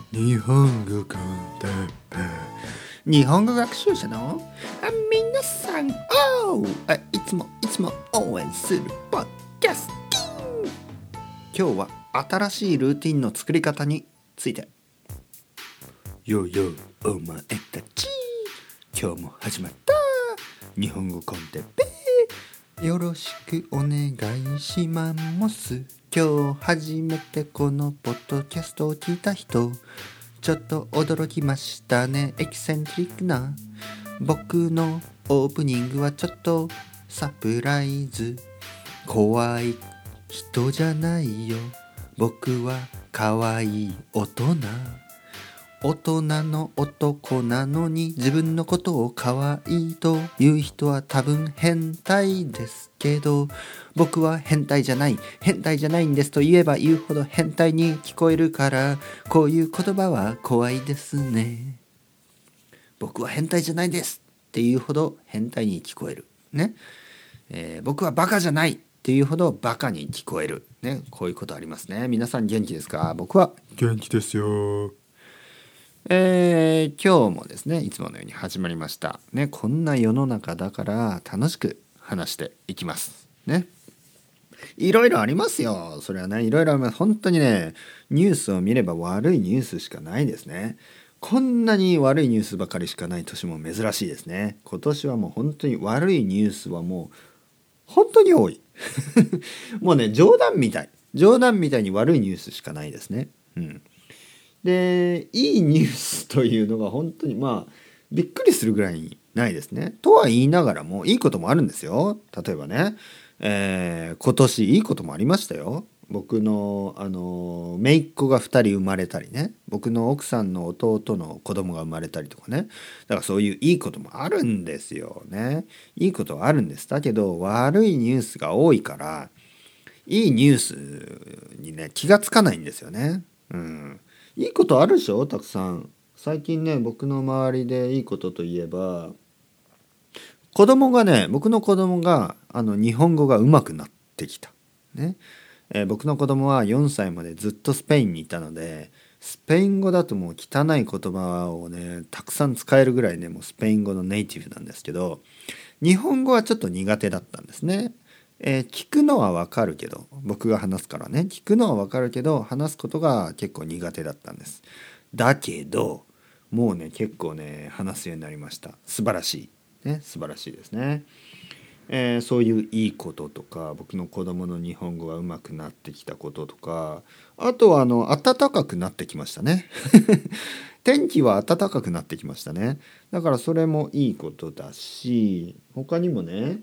日本語コンテッペ日本語学習者の皆さんをいつも応援するポッドキャスティング。今日は新しいルーティンの作り方について。よお前たち、今日も始まった日本語コンテッペ、よろしくお願いします。今日初めてこのポッドキャストを聞いた人、ちょっと驚きましたね。エキセントリックな僕のオープニングはちょっとサプライズ。怖い人じゃないよ、僕は可愛い大人の男なのに自分のことを可愛いと言う人は多分変態ですけど、僕は変態じゃないんですと言えば言うほど変態に聞こえるから、こういう言葉は怖いですね。僕は変態じゃないですっていうほど変態に聞こえるね、僕はバカじゃないっていうほどバカに聞こえるね。こういうことありますね。皆さん元気ですか？僕は元気ですよ。今日もですね、いつものように始まりましたね。こんな世の中だから楽しく話していきますね。いろいろありますよ。それはね、いろいろあります。本当にね、ニュースを見れば悪いニュースしかないですね。こんなに悪いニュースばかりしかない年も珍しいですね。今年はもう本当に悪いニュースはもう本当に多いもうね、冗談みたいに悪いニュースしかないですね。で、いいニュースというのが本当にびっくりするぐらいにないですね。とは言いながらもいいこともあるんですよ。例えばね、今年いいこともありましたよ。僕の姪っ子が2人生まれたりね、僕の奥さんの弟の子供が生まれたりとかね。だからそういういいこともあるんですよね。いいことはあるんです。だけど悪いニュースが多いから、いいニュースにね気がつかないんですよね。いいことあるでしょ、たくさん。最近ね、僕の周りでいいことといえば、僕の子供が日本語が上手くなってきたね。僕の子供は4歳までずっとスペインにいたので、スペイン語だともう汚い言葉をねたくさん使えるぐらいね、もうスペイン語のネイティブなんですけど、日本語はちょっと苦手だったんですね。聞くのはわかるけど、僕が話すからね、聞くのはわかるけど話すことが結構苦手だったんです。だけどもうね、結構ね話すようになりました。素晴らしいね、素晴らしいですね。そういういいこととか、僕の子供の日本語が上手くなってきたこととか、あとは暖かくなってきましたね天気は暖かくなってきましたね。だからそれもいいことだし、他にもね、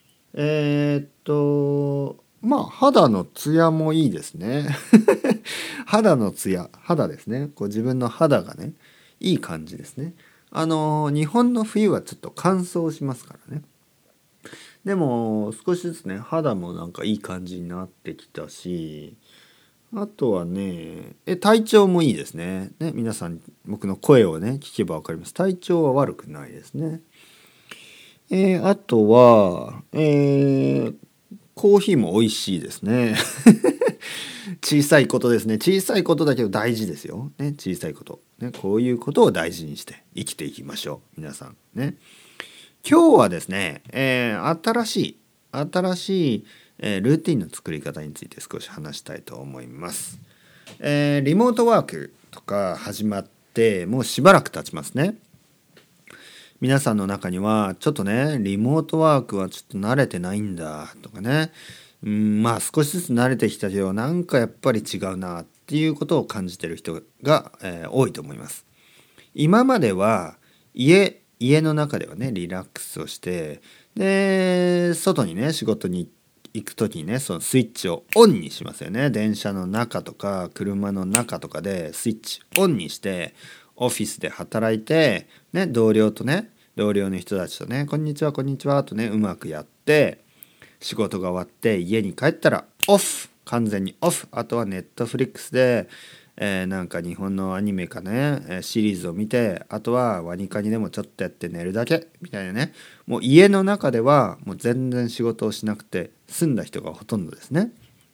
肌のツヤもいいですね肌のツヤ、肌ですね。こう自分の肌がね、いい感じですね。日本の冬はちょっと乾燥しますからね。でも少しずつね、肌もなんかいい感じになってきたし、あとはね、体調もいいですね。皆さん僕の声をね聞けばわかります。体調は悪くないですね。あとは、コーヒーも美味しいですね小さいことですね。小さいことだけど大事ですよ、ね、小さいこと、ね、こういうことを大事にして生きていきましょう、皆さんね。今日はですね、新しい、ルーティンの作り方について少し話したいと思います。リモートワークとか始まってもうしばらく経ちますね。皆さんの中にはちょっとね、リモートワークはちょっと慣れてないんだとかね、少しずつ慣れてきたけどなんかやっぱり違うなっていうことを感じている人が、多いと思います。今までは家の中ではねリラックスをして、で外にね仕事に行く時にね、そのスイッチをオンにしますよね。電車の中とか車の中とかでスイッチオンにして、オフィスで働いて、ね、同僚の人たちとね、こんにちはとねうまくやって、仕事が終わって家に帰ったらオフ、完全にオフ。あとはネットフリックスで、なんか日本のアニメかね、シリーズを見て、あとはワニカニでもちょっとやって寝るだけみたいなね。もう家の中ではもう全然仕事をしなくて済んだ人がほとんどですね。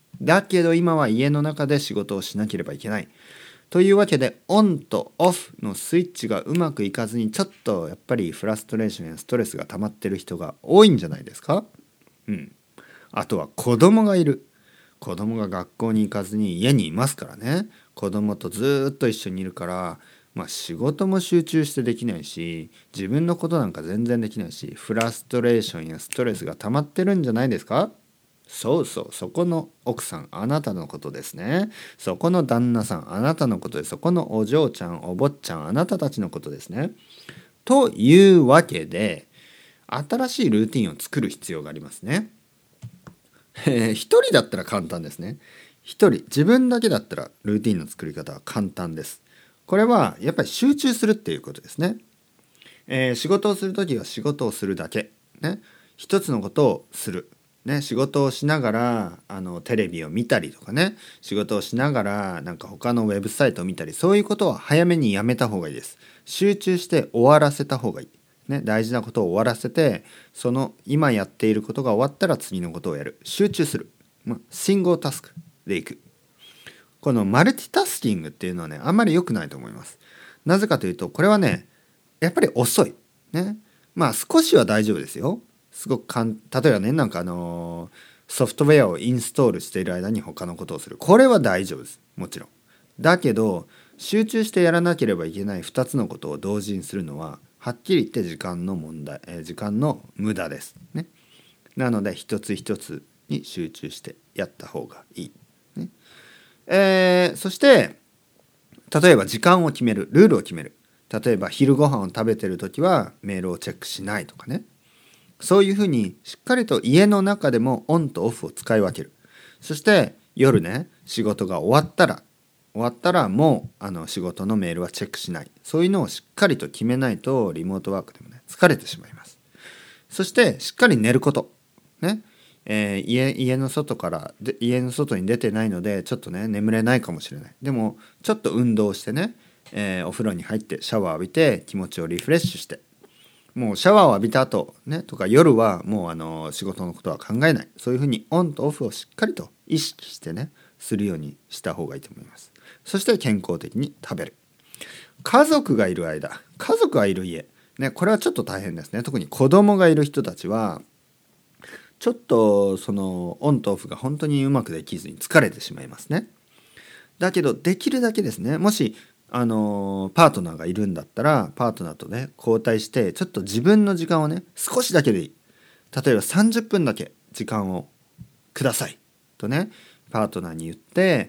だけど今は家の中で仕事をしなければいけない。というわけで、オンとオフのスイッチがうまくいかずに、ちょっとやっぱりフラストレーションやストレスが溜まってる人が多いんじゃないですか。あとは子供がいる。子供が学校に行かずに家にいますからね。子供とずっと一緒にいるから、仕事も集中してできないし、自分のことなんか全然できないし、フラストレーションやストレスが溜まってるんじゃないですか。そうそう、そこの奥さん、あなたのことですね。そこの旦那さん、あなたのことです。そこのお嬢ちゃん、お坊ちゃん、あなたたちのことですね。というわけで、新しいルーティンを作る必要がありますね。一人だったら簡単ですね。一人、自分だけだったらルーティンの作り方は簡単です。これはやっぱり集中するっていうことですね。仕事をするときは仕事をするだけ。ね。一つのことをする。ね、仕事をしながらテレビを見たりとかね、仕事をしながらなんか他のウェブサイトを見たり、そういうことは早めにやめた方がいいです。集中して終わらせた方がいい、ね、大事なことを終わらせて、その今やっていることが終わったら次のことをやる、集中する、シングルタスクでいく。このマルチタスキングっていうのはね、あんまり良くないと思います。なぜかというと、これはね、やっぱり遅いね。少しは大丈夫ですよ。すごく例えばね、なんかソフトウェアをインストールしている間に他のことをする。これは大丈夫です。もちろん。だけど、集中してやらなければいけない2つのことを同時にするのは、はっきり言って時間の問題、時間の無駄です。ね。なので、一つ一つに集中してやった方がいい。ね。そして、例えば時間を決める、ルールを決める。例えば昼ご飯を食べてるときはメールをチェックしないとかね。そういうふうにしっかりと家の中でもオンとオフを使い分ける。そして夜ね、仕事が終わったらもう仕事のメールはチェックしない。そういうのをしっかりと決めないとリモートワークでもね、疲れてしまいます。そしてしっかり寝ること。ね。家の外に出てないのでちょっとね眠れないかもしれない。でもちょっと運動してね、お風呂に入ってシャワー浴びて気持ちをリフレッシュして、もうシャワーを浴びた後ねとか夜はもう仕事のことは考えない。そういうふうにオンとオフをしっかりと意識してねするようにした方がいいと思います。そして健康的に食べる。家族がいる間、家族がいる家ね、これはちょっと大変ですね。特に子供がいる人たちはちょっとそのオンとオフが本当にうまくできずに疲れてしまいますね。だけどできるだけですね、もしパートナーがいるんだったらパートナーとね交代してちょっと自分の時間をね少しだけでいい。例えば30分だけ時間をくださいとねパートナーに言って、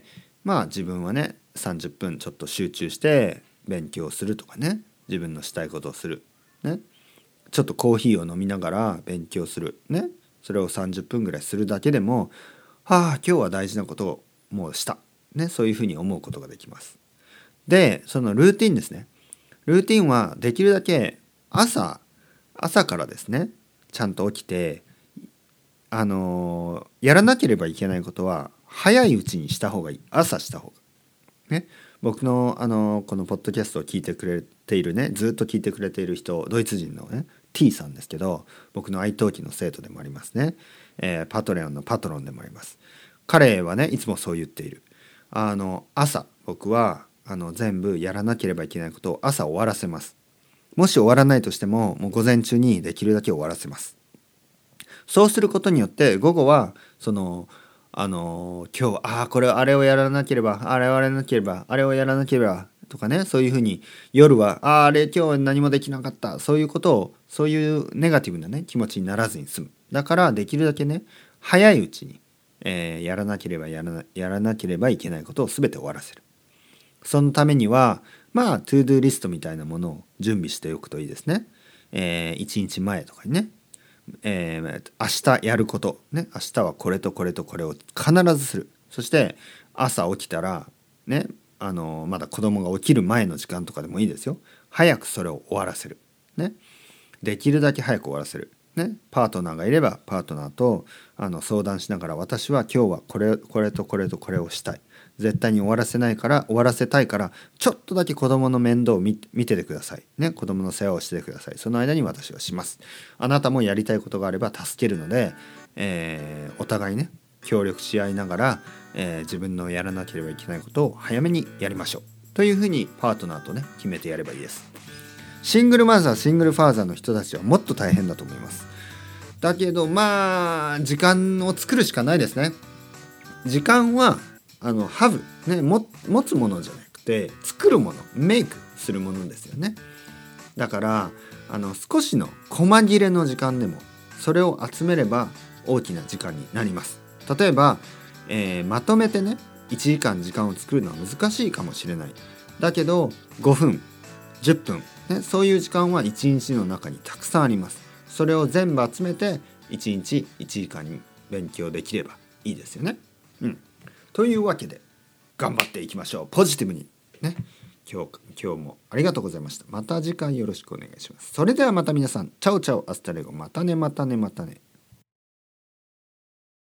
自分はね30分ちょっと集中して勉強するとかね、自分のしたいことをするね、ちょっとコーヒーを飲みながら勉強するね、それを30分ぐらいするだけでも、今日は大事なことをもうした、ね、そういうふうに思うことができます。で、そのルーティンですね。ルーティンはできるだけ朝からですね、ちゃんと起きて、やらなければいけないことは早いうちにした方がいい。朝した方が。ね。僕のこのポッドキャストを聞いてくれているね、ずっと聞いてくれている人、ドイツ人のね、T さんですけど、僕の愛登記の生徒でもありますね。パトレオンのパトロンでもあります。彼はね、いつもそう言っている。朝、僕は全部やらなければいけないことを朝終わらせます。もし終わらないとしても、もう午前中にできるだけ終わらせます。そうすることによって午後は今日これあれをやらなければ、あれをやらなければ、あれをやらなければとかね、そういうふうに夜はあれ今日何もできなかった、そういうことを、そういうネガティブなね気持ちにならずに済む。だからできるだけね早いうちに、やらなければいけないことを全て終わらせる。そのためにはトゥードゥーリストみたいなものを準備しておくといいですね。1日前とかにね、明日やることね、明日はこれとこれとこれを必ずする。そして朝起きたらね、まだ子供が起きる前の時間とかでもいいですよ。早くそれを終わらせるね。できるだけ早く終わらせるね。パートナーがいればパートナーと相談しながら、私は今日はこれとこれとこれをしたい、絶対に終わらせたいからちょっとだけ子供の面倒を見ててくださいね。子供の世話をしててください。その間に私はします。あなたもやりたいことがあれば助けるので、お互いね協力し合いながら、自分のやらなければいけないことを早めにやりましょうというふうにパートナーとね決めてやればいいです。シングルマザーシングルファーザーの人たちはもっと大変だと思います。だけど時間を作るしかないですね。時間はハブ、ね、持つものじゃなくて作るもの、メイクするものですよね。だから少しの細切れの時間でもそれを集めれば大きな時間になります。例えば、まとめてね1時間時間を作るのは難しいかもしれない。だけど5分10分、ね、そういう時間は1日の中にたくさんあります。それを全部集めて1日1時間に勉強できればいいですよね。というわけで頑張っていきましょう。ポジティブにね。今日もありがとうございました。また次回よろしくお願いします。それではまた皆さん、チャオチャオアスタレゴ、またねまたねまたね。